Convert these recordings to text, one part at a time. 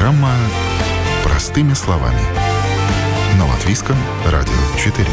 Программа «Простыми словами» на Латвийском радио 4.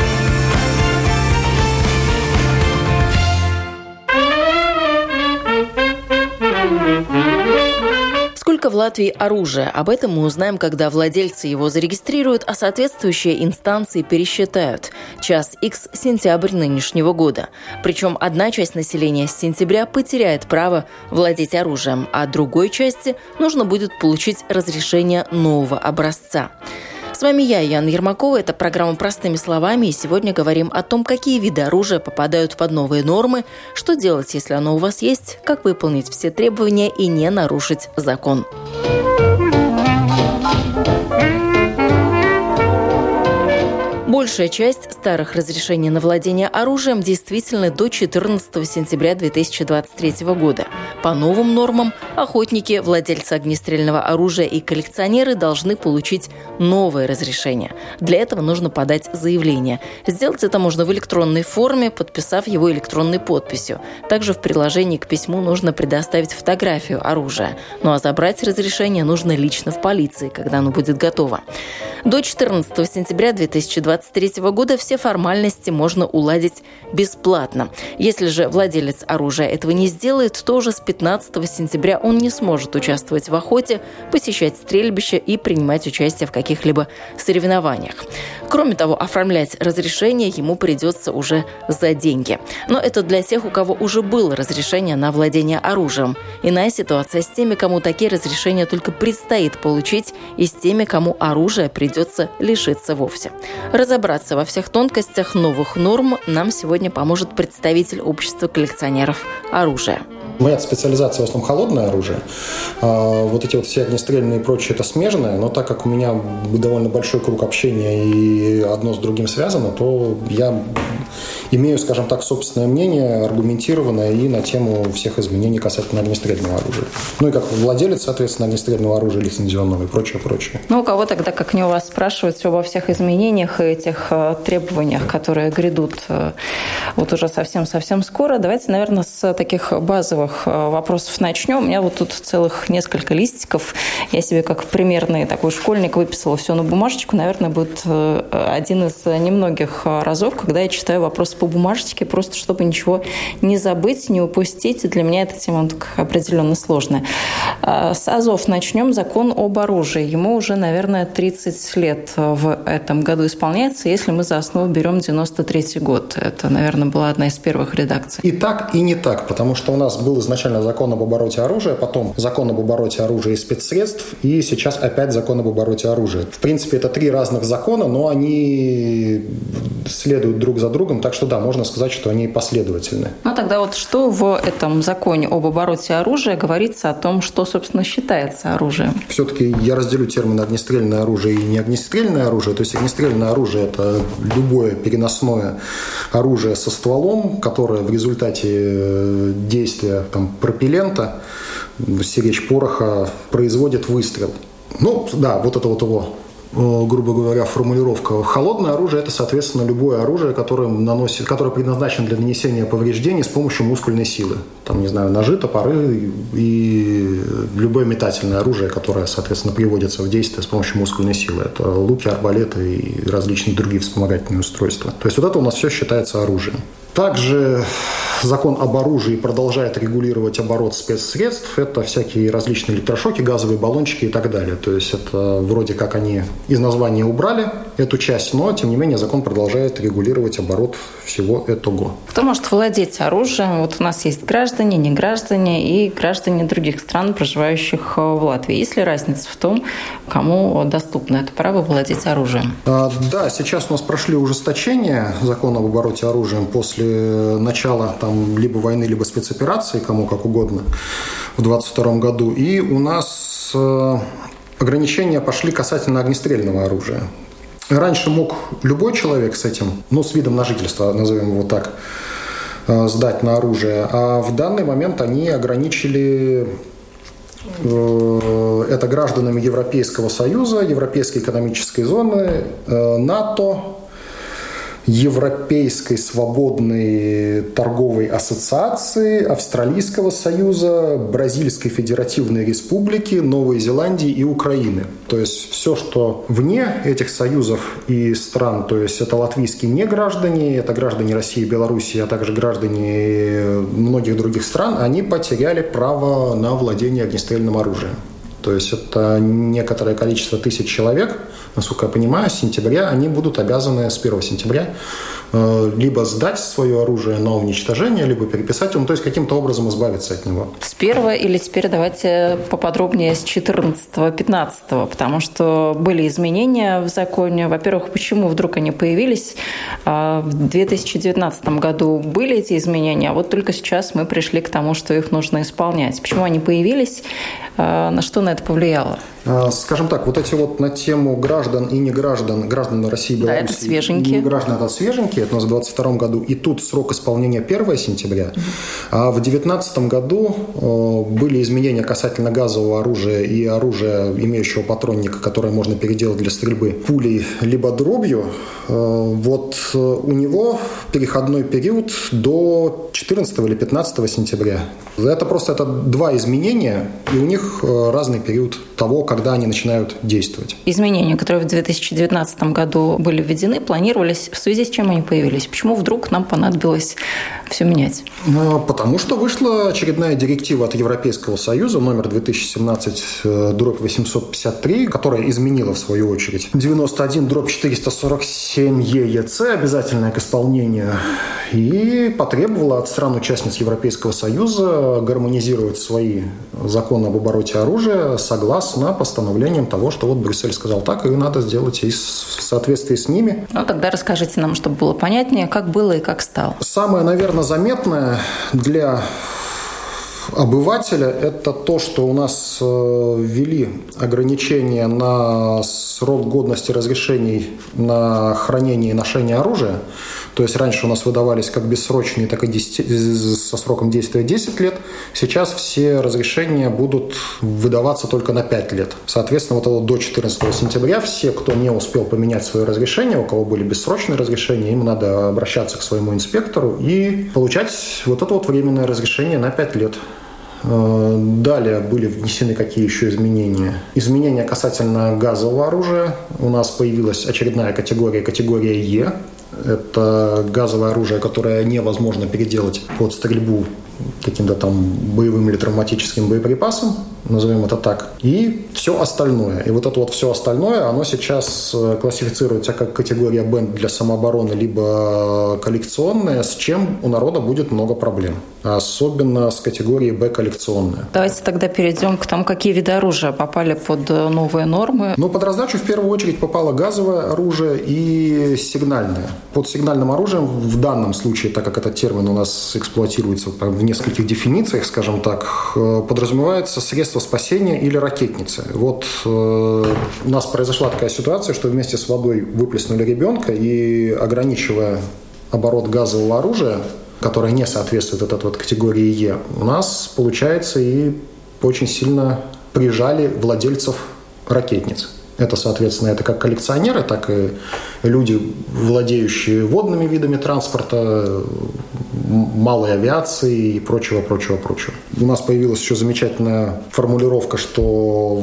Сколько в Латвии оружия? Об этом мы узнаем, когда владельцы его зарегистрируют, а соответствующие инстанции пересчитают. Час Х – сентябрь нынешнего года. Причем одна часть населения с сентября потеряет право владеть оружием, а другой части нужно будет получить разрешение нового образца. С вами я, Яна Ермакова. Это программа «Простыми словами». И сегодня говорим о том, какие виды оружия попадают под новые нормы, что делать, если оно у вас есть, как выполнить все требования и не нарушить закон. Большая часть старых разрешений на владение оружием действительны до 14 сентября 2023 года. По новым нормам охотники, владельцы огнестрельного оружия и коллекционеры должны получить новое разрешение. Для этого нужно подать заявление. Сделать это можно в электронной форме, подписав его электронной подписью. Также в приложении к письму нужно предоставить фотографию оружия. Ну а забрать разрешение нужно лично в полиции, когда оно будет готово. До 14 сентября 2023 года все формальности можно уладить бесплатно. Если же владелец оружия этого не сделает, то уже с 15 сентября он не сможет участвовать в охоте, посещать стрельбища и принимать участие в каких-либо соревнованиях. Кроме того, оформлять разрешение ему придется уже за деньги. Но это для тех, у кого уже было разрешение на владение оружием. Иная ситуация с теми, кому такие разрешения только предстоит получить, и с теми, кому оружие придется лишиться вовсе. Разобраться во всех тонкостях новых норм нам сегодня поможет представитель общества коллекционеров оружия. Моя специализация в основном холодное оружие. Вот эти вот все огнестрельные и прочее – это смежное, но так как у меня довольно большой круг общения и одно с другим связано, то я имею, скажем так, собственное мнение, аргументированное и на тему всех изменений касательно огнестрельного оружия. Ну и как владелец, соответственно, огнестрельного оружия лицензионного и прочее. Ну, у кого тогда, как не у вас, спрашивать обо всех изменениях и этих требованиях, которые грядут вот уже совсем-совсем скоро? Давайте, наверное, с таких базовых вопросов начнем. У меня вот тут целых несколько листиков. Я себе как примерный такой школьник выписала все на бумажечку. Наверное, будет один из немногих разов, когда я читаю вопросы по бумажечке, просто чтобы ничего не забыть, не упустить. И для меня эта тема определенно сложная. С АЗОВ начнем. Закон об оружии. Ему уже, наверное, 30 лет в этом году исполняется, если мы за основу берем 93 год. Это, наверное, была одна из первых редакций. И так, и не так, потому что у нас был изначально закон об обороте оружия, потом закон об обороте оружия и спецсредств, и сейчас опять закон об обороте оружия. В принципе, это три разных закона, но они следуют друг за другом, так что да, можно сказать, что они последовательны. Ну тогда вот что в этом законе об обороте оружия говорится о том, что, собственно, считается оружием? Все-таки я разделю термины огнестрельное оружие и неогнестрельное оружие. То есть огнестрельное оружие – это любое переносное оружие со стволом, которое в результате действия пропеллента, сиречь пороха, производит выстрел. Ну, да, вот это вот его, грубо говоря, формулировка. Холодное оружие – это, соответственно, любое оружие, которое предназначено для нанесения повреждений с помощью мускульной силы. Там, не знаю, ножи, топоры и любое метательное оружие, которое, соответственно, приводится в действие с помощью мускульной силы. Это луки, арбалеты и различные другие вспомогательные устройства. То есть вот это у нас все считается оружием. Также закон об оружии продолжает регулировать оборот спецсредств. Это всякие различные электрошоки, газовые баллончики и так далее. То есть это вроде как они из названия убрали эту часть, но тем не менее закон продолжает регулировать оборот всего этого. Кто может владеть оружием? Вот у нас есть граждане, не граждане и граждане других стран, проживающих в Латвии. Есть ли разница в том, кому доступно это право владеть оружием? Да, сейчас у нас прошли ужесточения закона об обороте оружием после начала либо войны, либо спецоперации, кому как угодно, в 2022 году. И у нас ограничения пошли касательно огнестрельного оружия. Раньше мог любой человек с этим, с видом на жительство, назовем его так, сдать на оружие. А в данный момент они ограничили это гражданами Европейского Союза, Европейской экономической зоны, НАТО, Европейской свободной торговой ассоциации, Австралийского союза, Бразильской Федеративной Республики, Новой Зеландии и Украины. То есть все, что вне этих союзов и стран, то есть это латвийские неграждане, это граждане России, Белоруссии, а также граждане многих других стран, они потеряли право на владение огнестрельным оружием. То есть это некоторое количество тысяч человек, насколько я понимаю, с сентября они будут обязаны с 1 сентября либо сдать свое оружие на уничтожение, либо переписать его, то есть каким-то образом избавиться от него. С 1 или теперь давайте поподробнее с 14-15, потому что были изменения в законе. Во-первых, почему вдруг они появились? В 2019 году были эти изменения, а вот только сейчас мы пришли к тому, что их нужно исполнять. Почему они появились? На что на это повлияло? Скажем так, вот эти вот на тему граждан и неграждан, граждан России, Беларуси, да, это свеженькие. Граждан это свеженькие, это у нас в 2022 году, и тут срок исполнения 1 сентября. А в 2019 году были изменения касательно газового оружия и оружия, имеющего патронника, которое можно переделать для стрельбы пулей либо дробью. Вот у него переходной период до 14 или 15 сентября. Это просто два изменения, и у них разный период того, когда они начинают действовать. Изменения, которые в 2019 году были введены, планировались, в связи с чем они появились? Почему вдруг нам понадобилось все менять? Потому что вышла очередная директива от Европейского Союза номер 2017/853, которая изменила, в свою очередь, 91/447 ЕЕЦ, обязательное к исполнению, и потребовала от стран-участниц Европейского Союза гармонизировать свои законы об обороте оружия согласно постановлениям того, что вот Брюссель сказал так, и надо сделать и в соответствии с ними. Ну, тогда расскажите нам, чтобы было понятнее, как было и как стало. Самое, наверное, заметное для обывателя – это то, что у нас ввели ограничения на срок годности разрешений на хранение и ношение оружия. То есть раньше у нас выдавались как бессрочные, так и со сроком действия 10 лет. Сейчас все разрешения будут выдаваться только на 5 лет. Соответственно, вот до 14 сентября все, кто не успел поменять свое разрешение, у кого были бессрочные разрешения, им надо обращаться к своему инспектору и получать вот это вот временное разрешение на 5 лет. Далее были внесены какие еще изменения? Изменения касательно газового оружия. У нас появилась очередная категория Е. Это газовое оружие, которое невозможно переделать под стрельбу каким-то там боевым или травматическим боеприпасом, назовем это так, и все остальное. И вот это вот все остальное, оно сейчас классифицируется как категория Б для самообороны, либо коллекционная, с чем у народа будет много проблем. Особенно с категорией Б коллекционная. Давайте тогда перейдем к тому, какие виды оружия попали под новые нормы. Под раздачу в первую очередь попало газовое оружие и сигнальное. Под сигнальным оружием в данном случае, так как этот термин у нас эксплуатируется в нескольких дефинициях, скажем так, подразумевается средство спасения или ракетницы. Вот у нас произошла такая ситуация, что вместе с водой выплеснули ребенка, и ограничивая оборот газового оружия, которое не соответствует этой категории Е, у нас, получается, и очень сильно прижали владельцев ракетниц. Это, соответственно, это как коллекционеры, так и люди, владеющие водными видами транспорта, малой авиацией и прочего. У нас появилась еще замечательная формулировка, что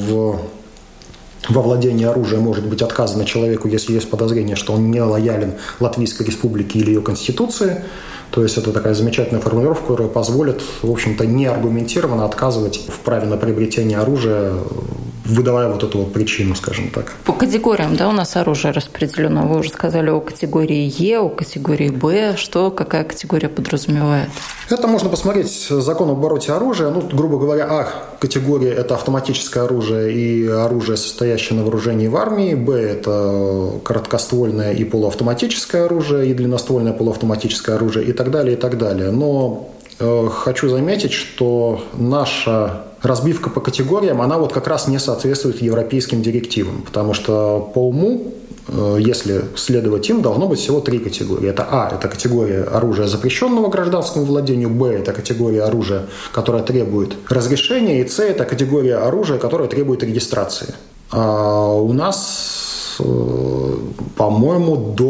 во владении оружием может быть отказано человеку, если есть подозрение, что он не лоялен Латвийской Республике или ее Конституции. То есть это такая замечательная формулировка, которая позволит, в общем-то, неаргументированно отказывать в праве на приобретение оружия, выдавая вот эту вот причину, скажем так. По категориям, да, у нас оружие распределено. Вы уже сказали о категории Е, о категории Б. Что, какая категория подразумевает? Это можно посмотреть закон об обороте оружия. Грубо говоря, А категория – это автоматическое оружие и оружие, состоящее на вооружении в армии. Б – это короткоствольное и полуавтоматическое оружие, и длинноствольное полуавтоматическое оружие, и так далее, и так далее. Но хочу заметить, что наша разбивка по категориям, она вот как раз не соответствует европейским директивам, потому что по уму, если следовать им, должно быть всего 3 категории. Это А – это категория оружия, запрещенного гражданскому владению, Б – это категория оружия, которая требует разрешения, и С – это категория оружия, которая требует регистрации. А у нас, по-моему, до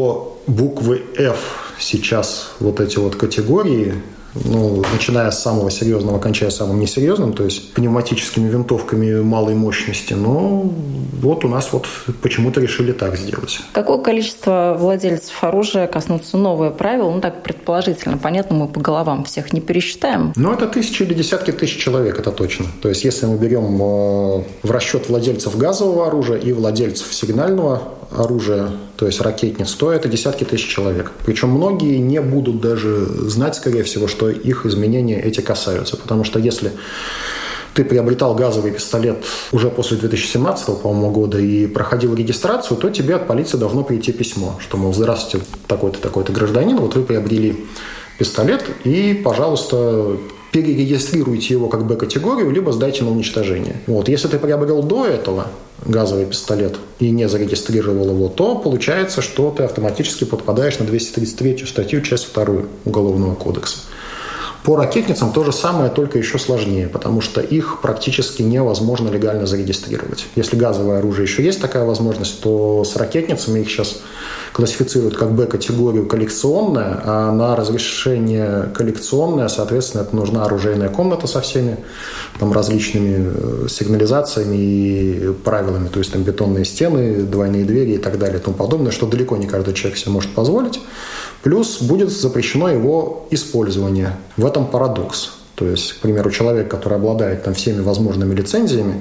буквы «Ф» сейчас вот эти вот категории, начиная с самого серьезного, кончая самым несерьезным, то есть пневматическими винтовками малой мощности, вот у нас вот почему-то решили так сделать. Какое количество владельцев оружия коснутся новые правила? Так предположительно. Понятно, мы по головам всех не пересчитаем. Это тысячи или десятки тысяч человек, это точно. То есть если мы берем в расчет владельцев газового оружия и владельцев сигнального оружия, то есть ракетниц, то это десятки тысяч человек. Причем многие не будут даже знать, скорее всего, что их изменения эти касаются. Потому что если ты приобретал газовый пистолет уже после 2017, по-моему, года и проходил регистрацию, то тебе от полиции должно прийти письмо, что, мол, здравствуйте, такой-то, такой-то гражданин, вот вы приобрели пистолет и, пожалуйста, перерегистрируйте его как Б-категорию, либо сдайте на уничтожение. Если ты приобрел до этого газовый пистолет и не зарегистрировал его, то получается, что ты автоматически подпадаешь на 233 статью, часть 2 Уголовного кодекса. По ракетницам то же самое, только еще сложнее, потому что их практически невозможно легально зарегистрировать. Если газовое оружие еще есть такая возможность, то с ракетницами их сейчас классифицируют как Б-категорию коллекционная, а на разрешение коллекционное, соответственно, это нужна оружейная комната со всеми различными сигнализациями и правилами, то есть бетонные стены, двойные двери и так далее и тому подобное, что далеко не каждый человек себе может позволить. Плюс будет запрещено его использование. В этом парадокс. То есть, к примеру, человек, который обладает всеми возможными лицензиями,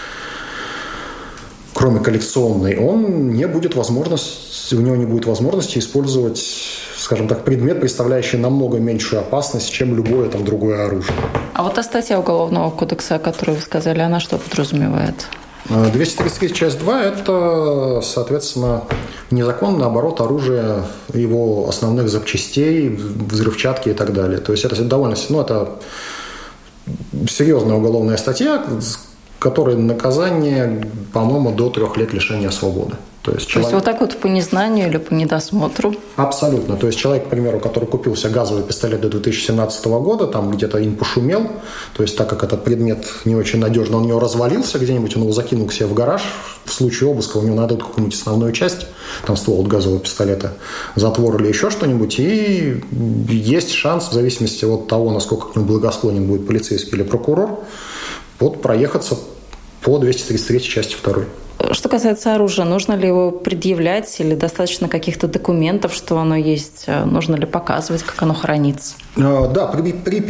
кроме коллекционной, у него не будет возможности использовать, скажем так, предмет, представляющий намного меньшую опасность, чем любое другое оружие. А вот та статья Уголовного кодекса, о которой вы сказали, она что подразумевает? 233 часть 2 – это, соответственно, незаконный оборот оружия, его основных запчастей, взрывчатки и так далее. То есть это довольно это серьезная уголовная статья, которой наказание, по-моему, до 3 лет лишения свободы. То есть вот так вот по незнанию или по недосмотру? Абсолютно. То есть человек, к примеру, который купил себе газовый пистолет до 2017 года, где-то им пошумел, то есть так как этот предмет не очень надежно, он у него развалился где-нибудь, он его закинул к себе в гараж, в случае обыска у него найдут какую-нибудь основную часть, ствол от газового пистолета, затвор или еще что-нибудь, и есть шанс, в зависимости от того, насколько к нему благосклонен будет полицейский или прокурор, проехаться по 233 части 2. Что касается оружия, нужно ли его предъявлять или достаточно каких-то документов, что оно есть? Нужно ли показывать, как оно хранится? Да, при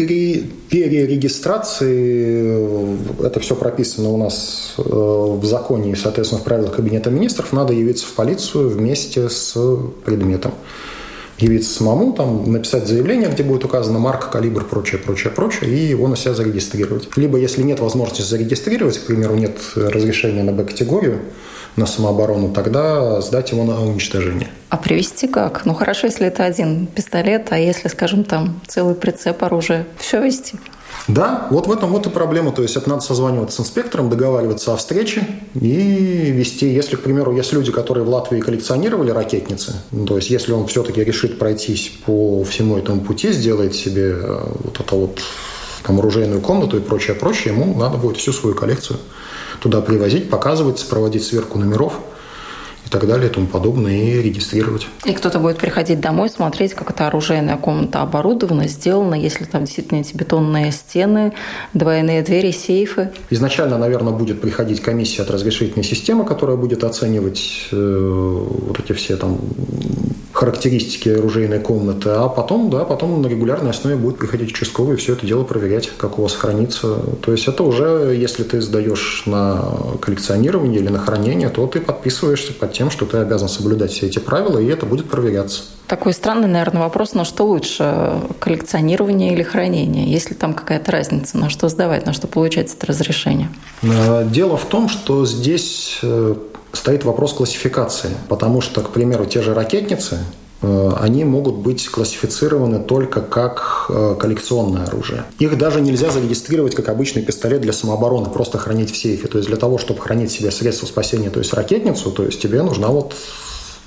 перерегистрации, это все прописано у нас в законе и, соответственно, в правилах Кабинета министров, надо явиться в полицию вместе с предметом. Явиться самому, написать заявление, где будет указана марка, калибр, прочее, и его на себя зарегистрировать. Либо, если нет возможности зарегистрировать, к примеру, нет разрешения на Б-категорию, на самооборону, тогда сдать его на уничтожение. А привезти как? Хорошо, если это один пистолет, а если, скажем, целый прицеп оружия, все везти? Да, вот в этом и проблема. То есть это надо созваниваться с инспектором, договариваться о встрече и вести. Если, к примеру, есть люди, которые в Латвии коллекционировали ракетницы, то есть если он все-таки решит пройтись по всему этому пути, сделает себе оружейную комнату и прочее, ему надо будет всю свою коллекцию туда привозить, показывать, проводить сверку номеров и так далее и тому подобное, и регистрировать. И кто-то будет приходить домой, смотреть, как эта оружейная комната оборудована, сделана, если там действительно эти бетонные стены, двойные двери, сейфы. Изначально, наверное, будет приходить комиссия от разрешительной системы, которая будет оценивать эти все характеристики оружейной комнаты, а потом на регулярной основе будет приходить участковый и все это дело проверять, как у вас хранится. То есть это уже, если ты сдаешь на коллекционирование или на хранение, то ты подписываешься под тем, что ты обязан соблюдать все эти правила, и это будет проверяться. Такой странный, наверное, вопрос, но что лучше, коллекционирование или хранение? Есть ли там какая-то разница, на что сдавать, на что получать это разрешение? Дело в том, что здесь стоит вопрос классификации, потому что, к примеру, те же ракетницы, они могут быть классифицированы только как коллекционное оружие. Их даже нельзя зарегистрировать как обычный пистолет для самообороны, просто хранить в сейфе. То есть для того, чтобы хранить себе средства спасения, то есть ракетницу, то есть тебе нужна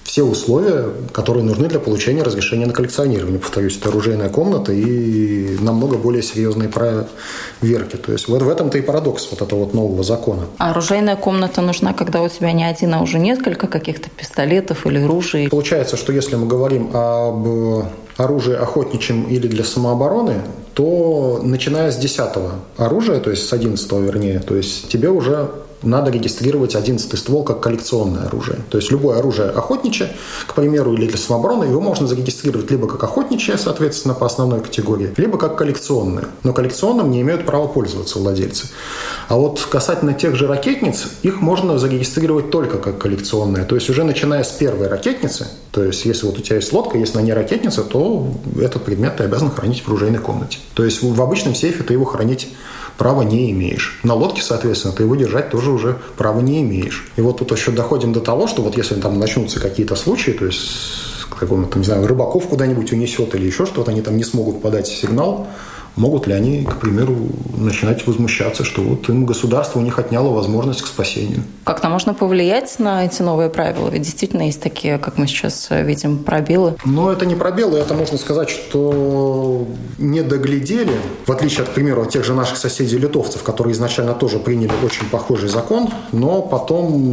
все условия, которые нужны для получения разрешения на коллекционирование. Повторюсь, это оружейная комната и намного более серьезные проверки. То есть вот в этом-то и парадокс вот этого вот нового закона. А оружейная комната нужна, когда у тебя не один, а уже несколько каких-то пистолетов или ружей? Получается, что если мы говорим об оружии охотничьем или для самообороны, то начиная с 10-го оружия, то есть с 11-го вернее, то есть тебе уже надо регистрировать 11-й ствол как коллекционное оружие. То есть любое оружие охотничье, к примеру, или для самообороны, его можно зарегистрировать либо как охотничье, соответственно, по основной категории, либо как коллекционное. Но коллекционным не имеют права пользоваться владельцы. А вот касательно тех же ракетниц, их можно зарегистрировать только как коллекционное. То есть уже начиная с первой ракетницы, то есть если вот у тебя есть лодка, если на ней ракетница, то этот предмет ты обязан хранить в оружейной комнате. То есть в обычном сейфе ты его хранить права не имеешь. На лодке, соответственно, ты его держать тоже уже права не имеешь. И вот тут еще доходим до того, что вот если там начнутся какие-то случаи, то есть какому-то, не знаю, рыбаков куда-нибудь унесет или еще что-то, они там не смогут подать сигнал, могут ли они, к примеру, начинать возмущаться, что вот им государство у них отняло возможность к спасению. Как-то можно повлиять на эти новые правила? Ведь действительно есть такие, как мы сейчас видим, пробелы. Но это не пробелы, это можно сказать, что не доглядели, в отличие от, к примеру, от тех же наших соседей-литовцев, которые изначально тоже приняли очень похожий закон, но потом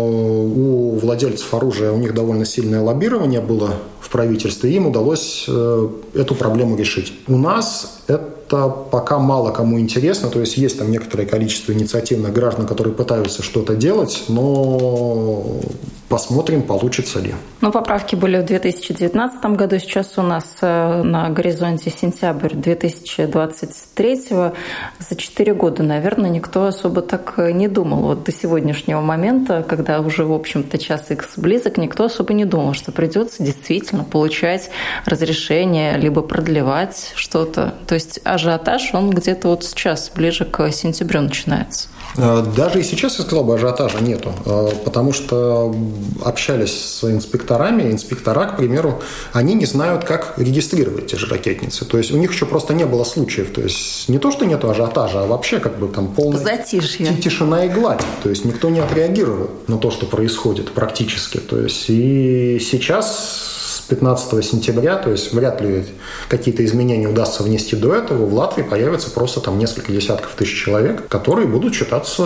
у владельцев оружия у них довольно сильное лоббирование было в правительстве, и им удалось эту проблему решить. У нас это пока мало кому интересно, то есть есть там некоторое количество инициативных граждан, которые пытаются что-то делать, но посмотрим, получится ли. Ну, поправки были в 2019 году, сейчас у нас на горизонте сентябрь 2023. За 4 года, наверное, никто особо так не думал. Вот до сегодняшнего момента, когда уже, в общем-то, час Х близок, никто особо не думал, что придется действительно получать разрешение, либо продлевать что-то. То есть ажиотаж, он где-то вот сейчас, ближе к сентябрю начинается. Даже и сейчас, я сказал бы, ажиотажа нету, потому что общались с инспекторами, инспектора, к примеру, они не знают, как регистрировать те же ракетницы. То есть у них еще просто не было случаев. То есть не то, что нету ажиотажа, а вообще как бы там полная тишина и гладь. То есть никто не отреагировал на то, что происходит практически. То есть и сейчас с 15 сентября, то есть вряд ли какие-то изменения удастся внести до этого, в Латвии появится просто там несколько десятков тысяч человек, которые будут считаться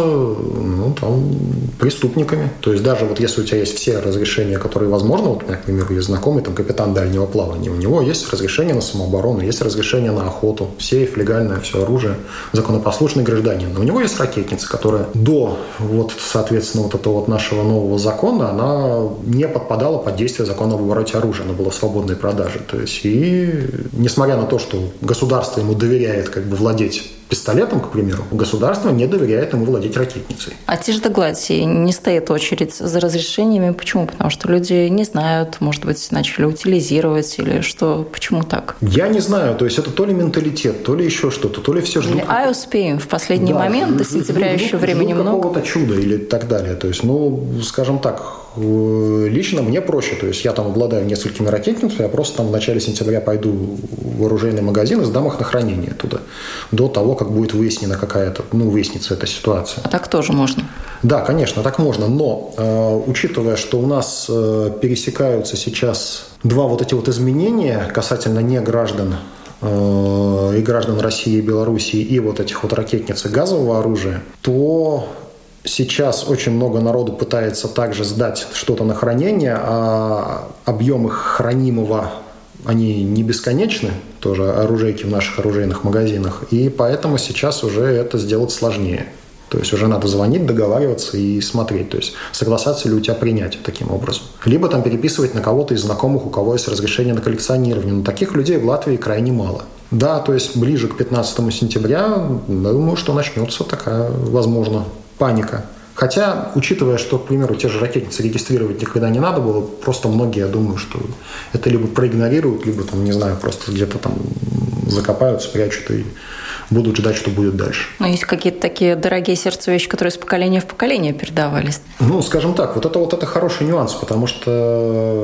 преступниками. То есть даже вот если у тебя есть все разрешения, которые возможны, вот, например, есть знакомый там капитан дальнего плавания, у него есть разрешение на самооборону, есть разрешение на охоту, сейф, легальное все оружие, законопослушный гражданин. Но у него есть ракетница, которая до вот, соответственно, вот этого вот нашего нового закона, она не подпадала под действие закона об обороте оружия. Она была свободной продажи. То есть, и несмотря на то, что государство ему доверяет как бы владеть пистолетом, к примеру, государство не доверяет ему владеть ракетницей. А те же догласии, не стоит очередь за разрешениями. Почему? Потому что люди не знают, может быть, начали утилизировать или что? Почему так? Я не знаю. То есть это то ли менталитет, то ли еще что-то, то ли все ждут. Или успеем в последний момент, до сентября еще времени много. Какого-то чуда или так далее. То есть, скажем так, лично мне проще. То есть я там обладаю несколькими ракетницами, я просто там в начале сентября пойду в оружейный магазин и сдам их на хранение туда. До того, как будет выяснена выяснится эта ситуация. А так тоже можно? Да, конечно, так можно. Но учитывая, что у нас пересекаются сейчас два вот эти вот изменения касательно неграждан и граждан России и Белоруссии и вот этих вот ракетниц и газового оружия, то сейчас очень много народу пытается также сдать что-то на хранение, а объем их хранимого, они не бесконечны, тоже оружейки в наших оружейных магазинах, и поэтому сейчас уже это сделать сложнее. То есть уже надо звонить, договариваться и смотреть, то есть согласаться ли у тебя принять таким образом. Либо там переписывать на кого-то из знакомых, у кого есть разрешение на коллекционирование. Но таких людей в Латвии крайне мало. Да, то есть ближе к 15 сентября, думаю, что начнется такая, возможно, паника. Хотя, учитывая, что, к примеру, те же ракетницы регистрировать никогда не надо было, просто многие, я думаю, что это либо проигнорируют, либо, там, не знаю, просто где-то там закопают, спрячут и будут ждать, что будет дальше. Но есть какие-то такие дорогие сердцу вещи, которые из поколения в поколение передавались? Скажем так, вот это хороший нюанс, потому что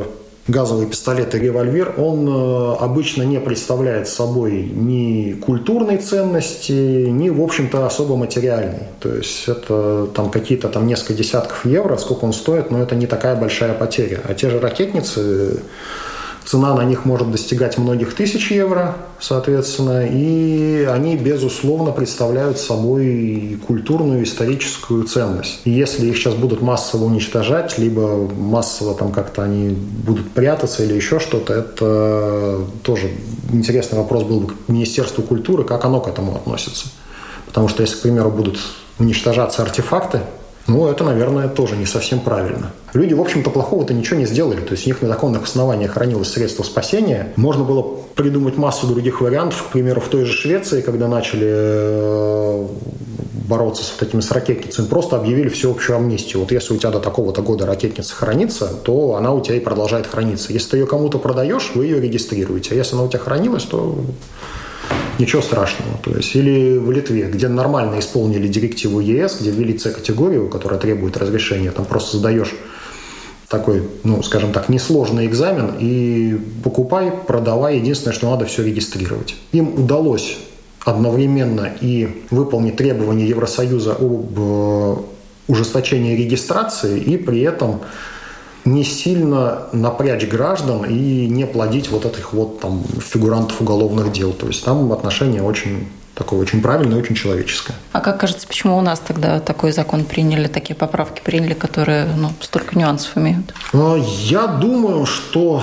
газовый пистолет и револьвер, он обычно не представляет собой ни культурной ценности, ни, в общем-то, особо материальной. То есть это там какие-то там несколько десятков евро, сколько он стоит, но это не такая большая потеря. А те же ракетницы, цена на них может достигать многих тысяч евро, соответственно, и они, безусловно, представляют собой культурную, историческую ценность. И если их сейчас будут массово уничтожать, либо массово там как-то они будут прятаться или еще что-то, это тоже интересный вопрос был бы к Министерству культуры, как оно к этому относится. Потому что если, к примеру, будут уничтожаться артефакты, это, наверное, тоже не совсем правильно. Люди, в общем-то, плохого-то ничего не сделали. То есть у них на законных основаниях хранилось средство спасения. Можно было придумать массу других вариантов. К примеру, в той же Швеции, когда начали бороться с с ракетницами, просто объявили всеобщую амнистию. Вот если у тебя до такого-то года ракетница хранится, то она у тебя и продолжает храниться. Если ты ее кому-то продаешь, вы ее регистрируете. А если она у тебя хранилась, то ничего страшного. То есть, или в Литве, где нормально исполнили директиву ЕС, где ввели С-категорию, которая требует разрешения, там просто сдаешь такой, скажем так, несложный экзамен и покупай, продавай. Единственное, что надо все регистрировать. Им удалось одновременно и выполнить требования Евросоюза об ужесточении регистрации и при этом не сильно напрячь граждан и не плодить этих фигурантов уголовных дел. То есть там отношение очень правильное, очень человеческое. А как кажется, почему у нас тогда такой закон приняли, такие поправки приняли, которые столько нюансов имеют? Я думаю, что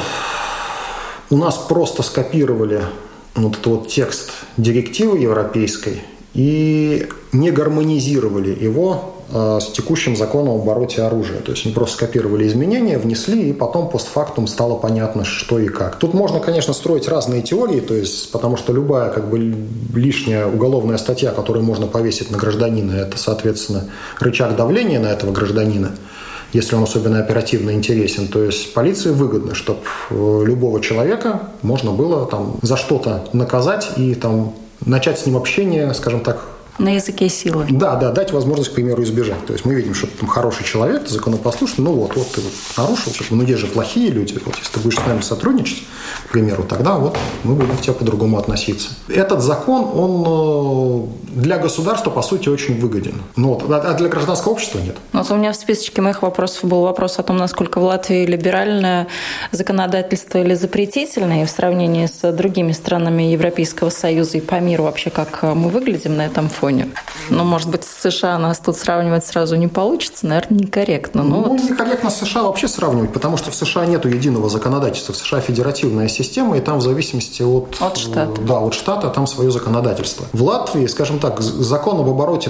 у нас просто скопировали этот текст директивы европейской и не гармонизировали его с текущим законом об обороте оружия. То есть они просто скопировали изменения, внесли, и потом постфактум стало понятно, что и как. Тут можно, конечно, строить разные теории, то есть, потому что любая лишняя уголовная статья, которую можно повесить на гражданина, это, соответственно, рычаг давления на этого гражданина, если он особенно оперативно интересен. То есть полиции выгодно, чтобы любого человека можно было за что-то наказать и начать с ним общение, скажем так, на языке силы. Да, дать возможность, к примеру, избежать. То есть мы видим, что ты хороший человек, ты законопослушный, ты нарушил, есть же плохие люди. Если ты будешь с нами сотрудничать, к примеру, тогда мы будем к тебе по-другому относиться. Этот закон, он для государства, по сути, очень выгоден. А для гражданского общества нет. У меня в списочке моих вопросов был вопрос о том, насколько в Латвии либеральное законодательство или запретительное, и в сравнении с другими странами Европейского Союза и по миру вообще, как мы выглядим на этом фоне. Может быть, с США нас тут сравнивать сразу не получится, наверное, некорректно. Некорректно с США вообще сравнивать, потому что в США нет единого законодательства. В США федеративная система, и там в зависимости от штата. Да, от штата там свое законодательство. В Латвии, скажем так, закон об обороте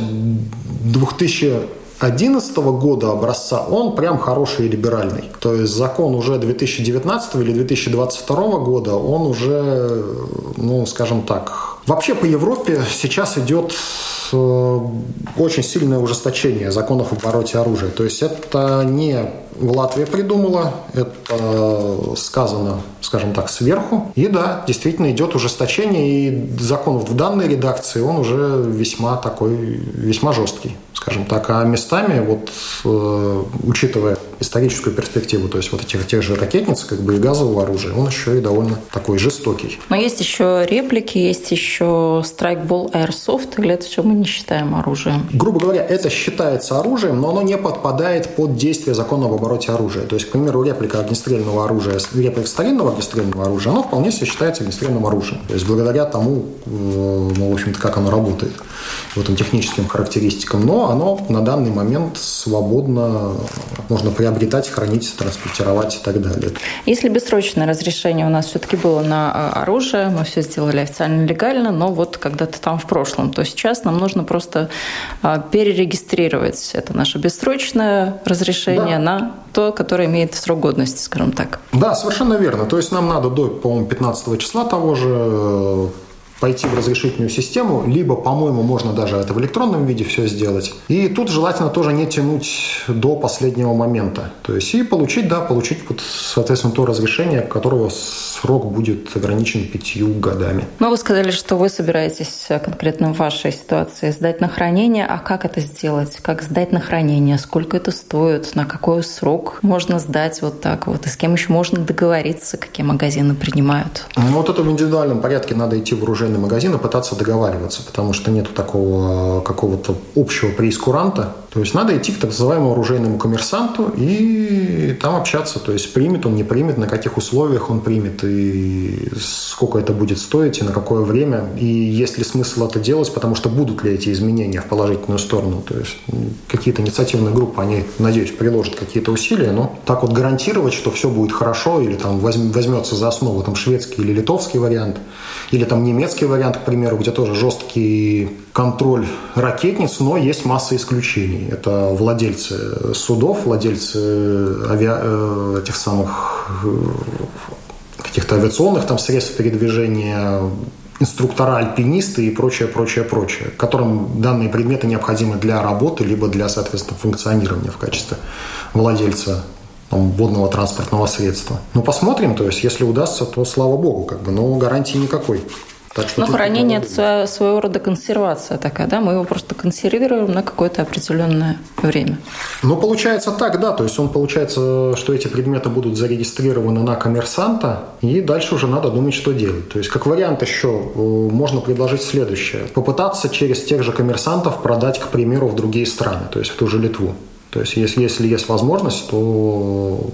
2011 года образца, он прям хороший и либеральный. То есть закон уже 2019 или 2022 года, он уже, скажем так, вообще по Европе сейчас идет очень сильное ужесточение законов об обороте оружия. То есть это не в Латвии придумала, это сказано, скажем так, сверху. И да, действительно идет ужесточение, и закон в данной редакции, он уже весьма жесткий, скажем так. А местами, учитывая историческую перспективу, то есть тех же ракетниц, и газового оружия, он еще и довольно такой жестокий. Но есть еще реплики, есть еще страйкбол Airsoft, или это все мы не считаем оружием? Грубо говоря, это считается оружием, но оно не подпадает под действие закона об обороте оружия. То есть, к примеру, реплика огнестрельного оружия, реплика старинного огнестрельного оружия, оно вполне себе считается огнестрельным оружием. То есть, благодаря тому, в общем-то, как оно работает, техническим характеристикам. Но оно на данный момент свободно можно приобретать, хранить, транспортировать и так далее. Если бессрочное разрешение у нас все-таки было на оружие, мы все сделали официально легально, но когда-то там в прошлом, то сейчас нам нужно просто перерегистрировать это наше бессрочное разрешение на то, которое имеет срок годности, скажем так. Да, совершенно верно. То есть нам надо до, по-моему, 15 числа того же пойти в разрешительную систему, либо, по-моему, можно даже это в электронном виде все сделать. И тут желательно тоже не тянуть до последнего момента. То есть и получить вот, соответственно, то разрешение, которого срок будет ограничен 5 годами. Но вы сказали, что вы собираетесь конкретно в вашей ситуации сдать на хранение. А как это сделать? Как сдать на хранение? Сколько это стоит? На какой срок можно сдать вот так вот? И с кем еще можно договориться? Какие магазины принимают? Вот это в индивидуальном порядке надо идти в оружейный магазин и пытаться договариваться, потому что нету такого какого-то общего преискуранта. То есть надо идти к так называемому оружейному коммерсанту и там общаться. То есть примет он, не примет, на каких условиях он примет, и сколько это будет стоить, и на какое время, и есть ли смысл это делать, потому что будут ли эти изменения в положительную сторону. То есть какие-то инициативные группы, они, надеюсь, приложат какие-то усилия, но так вот гарантировать, что все будет хорошо, или там возьмется за основу там шведский или литовский вариант, или там немецкий вариант, к примеру, где тоже жесткий контроль ракетниц, но есть масса исключений. Это владельцы судов, владельцы этих самых каких-то авиационных там средств передвижения, инструктора, альпинисты и прочее, которым данные предметы необходимы для работы, либо для, соответственно, функционирования в качестве владельца водного транспортного средства. Ну, посмотрим, то есть, если удастся, то слава богу, но гарантии никакой. Но хранение – это своего рода консервация такая, да? Мы его просто консервируем на какое-то определенное время. Ну, получается так, да. То есть, получается, что эти предметы будут зарегистрированы на коммерсанта, и дальше уже надо думать, что делать. То есть, как вариант еще можно предложить следующее. Попытаться через тех же коммерсантов продать, к примеру, в другие страны, то есть в ту же Литву. То есть, если есть возможность, то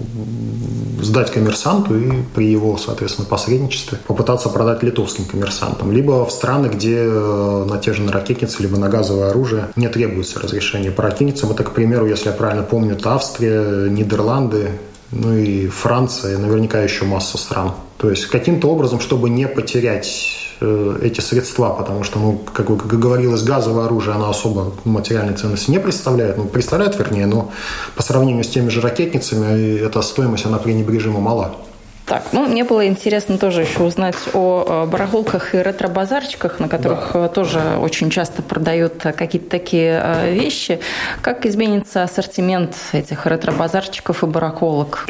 сдать коммерсанту и при его, соответственно, посредничестве попытаться продать литовским коммерсантам. Либо в страны, где на те же ракетницы, либо на газовое оружие не требуется разрешение. По ракетницам это, к примеру, если я правильно помню, это Австрия, Нидерланды, ну и Франция, наверняка еще масса стран. То есть каким-то образом, чтобы не потерять эти средства, потому что, как говорилось, газовое оружие, оно особо материальной ценности не представляет. Представляет, вернее, но по сравнению с теми же ракетницами эта стоимость, она пренебрежимо мала. Так, мне было интересно тоже еще узнать о барахолках и ретро-базарчиках, на которых тоже очень часто продают какие-то такие вещи. Как изменится ассортимент этих ретро-базарчиков и барахолок?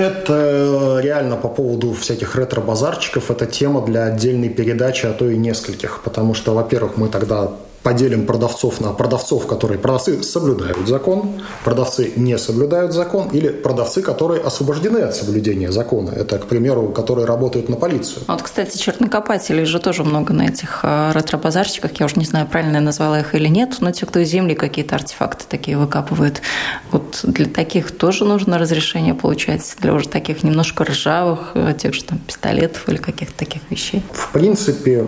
Это реально по поводу всяких ретро-базарчиков, это тема для отдельной передачи, а то и нескольких, потому что, во-первых, мы тогда поделим продавцов на продавцов, которые продавцы соблюдают закон, продавцы не соблюдают закон, или продавцы, которые освобождены от соблюдения закона. Это, к примеру, которые работают на полицию. Вот, кстати, чернокопателей же тоже много на этих ретро-базарчиках. Я уже не знаю, правильно я назвала их или нет, но те, кто из земли какие-то артефакты такие выкапывают. Вот для таких тоже нужно разрешение получать, для уже таких немножко ржавых, тех же там пистолетов или каких-то таких вещей. В принципе,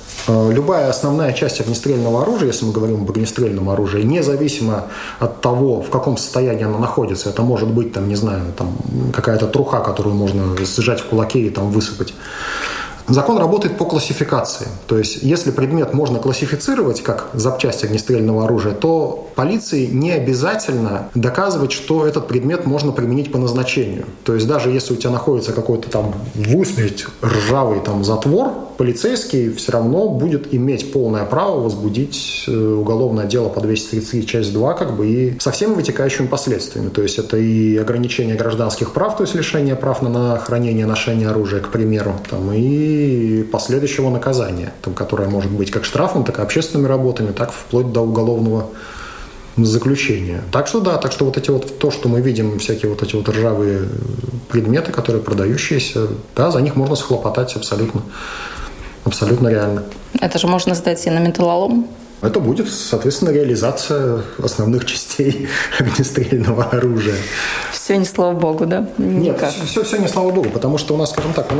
любая основная часть огнестрельного оружия, если мы говорим об огнестрельном оружии, независимо от того, в каком состоянии оно находится, это может быть, какая-то труха, которую можно сжать в кулаке и высыпать. Закон работает по классификации. То есть, если предмет можно классифицировать как запчасть огнестрельного оружия, то полиции не обязательно доказывать, что этот предмет можно применить по назначению. То есть, даже если у тебя находится какой-то в усмерть ржавый затвор, полицейский все равно будет иметь полное право возбудить уголовное дело по 233 часть 2, и со всеми вытекающими последствиями. То есть, это и ограничение гражданских прав, то есть лишение прав на хранение и ношение оружия, к примеру, и последующего наказания, которое может быть как штрафом, так и общественными работами, так вплоть до уголовного заключения. Так что то, что мы видим, всякие эти ржавые предметы, которые продающиеся, за них можно схлопотать абсолютно реально. Это же можно сдать и на металлолом? Это будет, соответственно, реализация основных частей огнестрельного оружия. Все не слава богу, да? Никак. Нет, все не слава богу, потому что у нас, скажем так,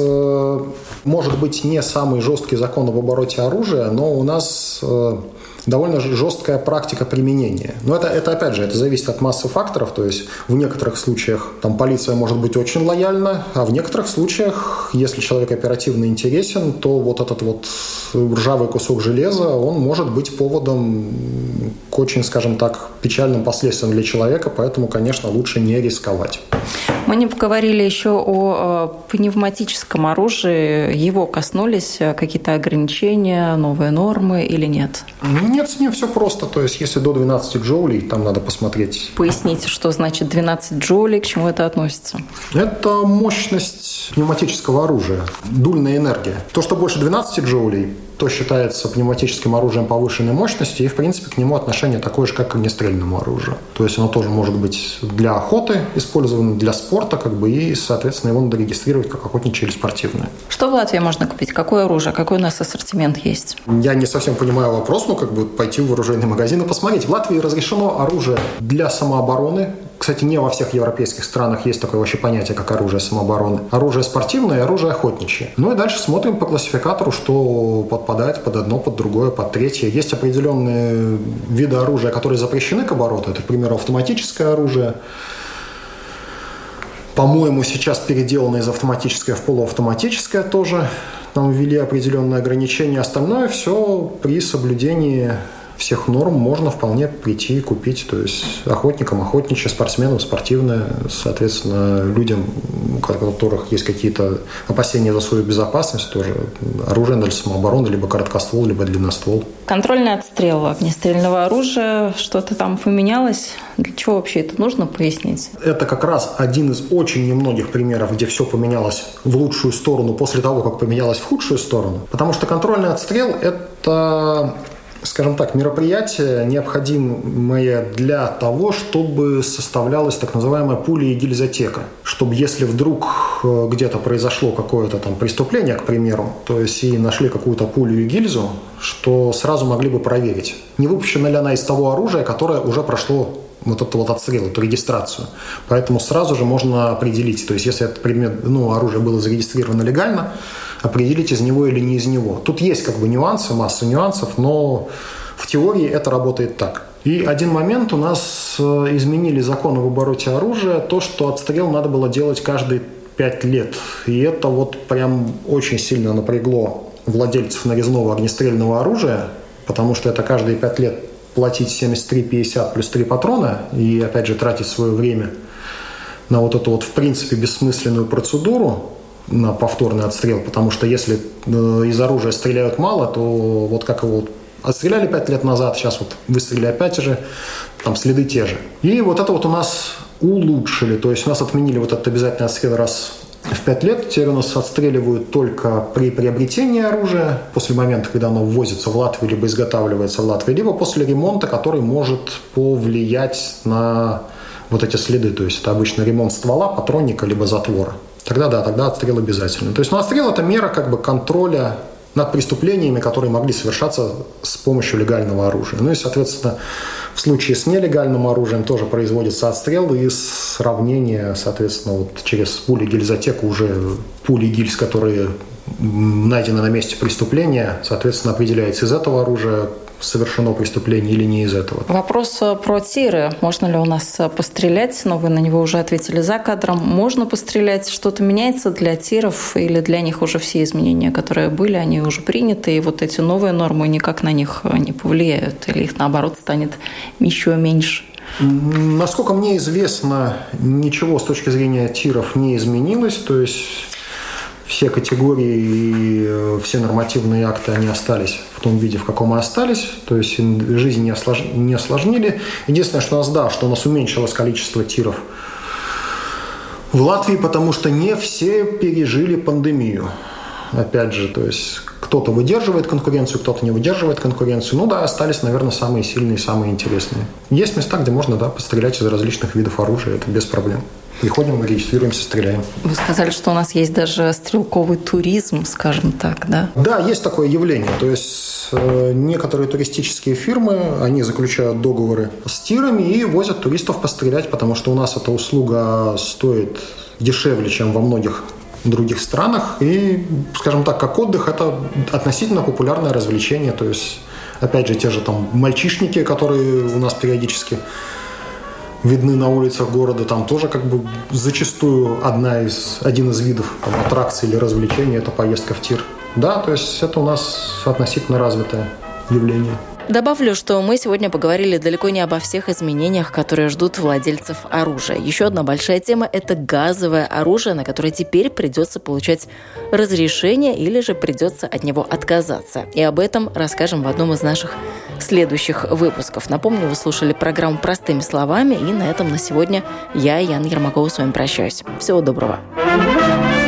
может быть не самый жесткий закон об обороте оружия, но у нас довольно жесткая практика применения. Но это опять же, это зависит от массы факторов. То есть в некоторых случаях полиция может быть очень лояльна, а в некоторых случаях, если человек оперативно интересен, то этот ржавый кусок железа, он может быть поводом к очень, скажем так, печальным последствиям для человека, поэтому, конечно, лучше не рисковать. Мы не поговорили еще о пневматическом оружии. Его коснулись какие-то ограничения, новые нормы или нет? Нет, с ним все просто. То есть, если до 12 джоулей, там надо посмотреть. Поясните, что значит 12 джоулей, к чему это относится? Это мощность пневматического оружия, дульная энергия. То, что больше 12 джоулей, то считается пневматическим оружием повышенной мощности, и, в принципе, к нему отношение такое же, как к огнестрельному оружию. То есть оно тоже может быть для охоты использовано, для спорта, и, соответственно, его надо регистрировать как охотничье или спортивное. Что в Латвии можно купить? Какое оружие? Какой у нас ассортимент есть? Я не совсем понимаю вопрос, пойти в оружейный магазин и посмотреть. В Латвии разрешено оружие для самообороны. Кстати, не во всех европейских странах есть такое вообще понятие, как оружие самообороны. Оружие спортивное и оружие охотничье. Ну и дальше смотрим по классификатору, что подпадает под одно, под другое, под третье. Есть определенные виды оружия, которые запрещены к обороту. Это, к примеру, автоматическое оружие. По-моему, сейчас переделано из автоматическое в полуавтоматическое тоже. Там ввели определенные ограничения. Остальное все при соблюдении всех норм можно вполне прийти и купить. То есть охотникам охотничье, спортсменам спортивное, соответственно, людям, у которых есть какие-то опасения за свою безопасность, тоже оружие для самообороны, либо короткоствол, либо длинноствол. Контрольный отстрел огнестрельного оружия, что-то там поменялось? Для чего вообще это нужно, пояснить? Это как раз один из очень немногих примеров, где все поменялось в лучшую сторону после того, как поменялось в худшую сторону. Потому что контрольный отстрел – это, скажем так, мероприятие, необходимое для того, чтобы составлялась так называемая пуля и гильзотека. Чтобы если вдруг где-то произошло какое-то там преступление, к примеру, то есть и нашли какую-то пулю и гильзу, что сразу могли бы проверить, не выпущена ли она из того оружия, которое уже прошло вот этот вот отстрел, эту регистрацию. Поэтому сразу же можно определить, то есть если этот предмет, оружие было зарегистрировано легально, определить, из него или не из него. Тут есть нюансы, масса нюансов, но в теории это работает так. И один момент у нас изменили закон об обороте оружия, то, что отстрел надо было делать каждые 5 лет. И это прям очень сильно напрягло владельцев нарезного огнестрельного оружия, потому что это каждые 5 лет платить 73,50 плюс 3 патрона и, опять же, тратить свое время на вот эту в принципе, бессмысленную процедуру, на повторный отстрел, потому что если из оружия стреляют мало, то как его отстреляли 5 лет назад, сейчас выстрелили опять же, там следы те же. И это у нас улучшили, то есть у нас отменили этот обязательный отстрел раз в 5 лет, теперь у нас отстреливают только при приобретении оружия, после момента, когда оно ввозится в Латвию, либо изготавливается в Латвии, либо после ремонта, который может повлиять на эти следы, то есть это обычно ремонт ствола, патронника, либо затвора. Тогда отстрел обязательно. То есть отстрел – это мера контроля над преступлениями, которые могли совершаться с помощью легального оружия. И, соответственно, в случае с нелегальным оружием тоже производится отстрел и сравнение, соответственно, через пули-гильзотеку уже пули и гильз, которые найдены на месте преступления, соответственно, определяется, из этого оружия совершено преступление или не из этого. Вопрос про тиры. Можно ли у нас пострелять? Но вы на него уже ответили за кадром. Можно пострелять? Что-то меняется для тиров или для них уже все изменения, которые были, они уже приняты, и эти новые нормы никак на них не повлияют? Или их, наоборот, станет еще меньше? Насколько мне известно, ничего с точки зрения тиров не изменилось. То есть все категории и все нормативные акты, они остались в том виде, в каком и остались. То есть жизнь не осложнили. Единственное, что у нас уменьшилось количество тиров в Латвии, потому что не все пережили пандемию. Опять же, то есть кто-то выдерживает конкуренцию, кто-то не выдерживает конкуренцию. Остались, наверное, самые сильные, самые интересные. Есть места, где можно, пострелять из различных видов оружия, это без проблем. Приходим, регистрируемся, стреляем. Вы сказали, что у нас есть даже стрелковый туризм, скажем так, да? Да, есть такое явление. То есть некоторые туристические фирмы, они заключают договоры с тирами и возят туристов пострелять, потому что у нас эта услуга стоит дешевле, чем во многих других странах. И, скажем так, как отдых, это относительно популярное развлечение. То есть, опять же, те же мальчишники, которые у нас периодически видны на улицах города, там тоже зачастую один из видов аттракций или развлечений – это поездка в тир. Да, то есть это у нас относительно развитое явление. Добавлю, что мы сегодня поговорили далеко не обо всех изменениях, которые ждут владельцев оружия. Еще одна большая тема – это газовое оружие, на которое теперь придется получать разрешение или же придется от него отказаться. И об этом расскажем в одном из наших следующих выпусков. Напомню, вы слушали программу «Простыми словами», и на этом на сегодня я, Яна Ермакова, с вами прощаюсь. Всего доброго.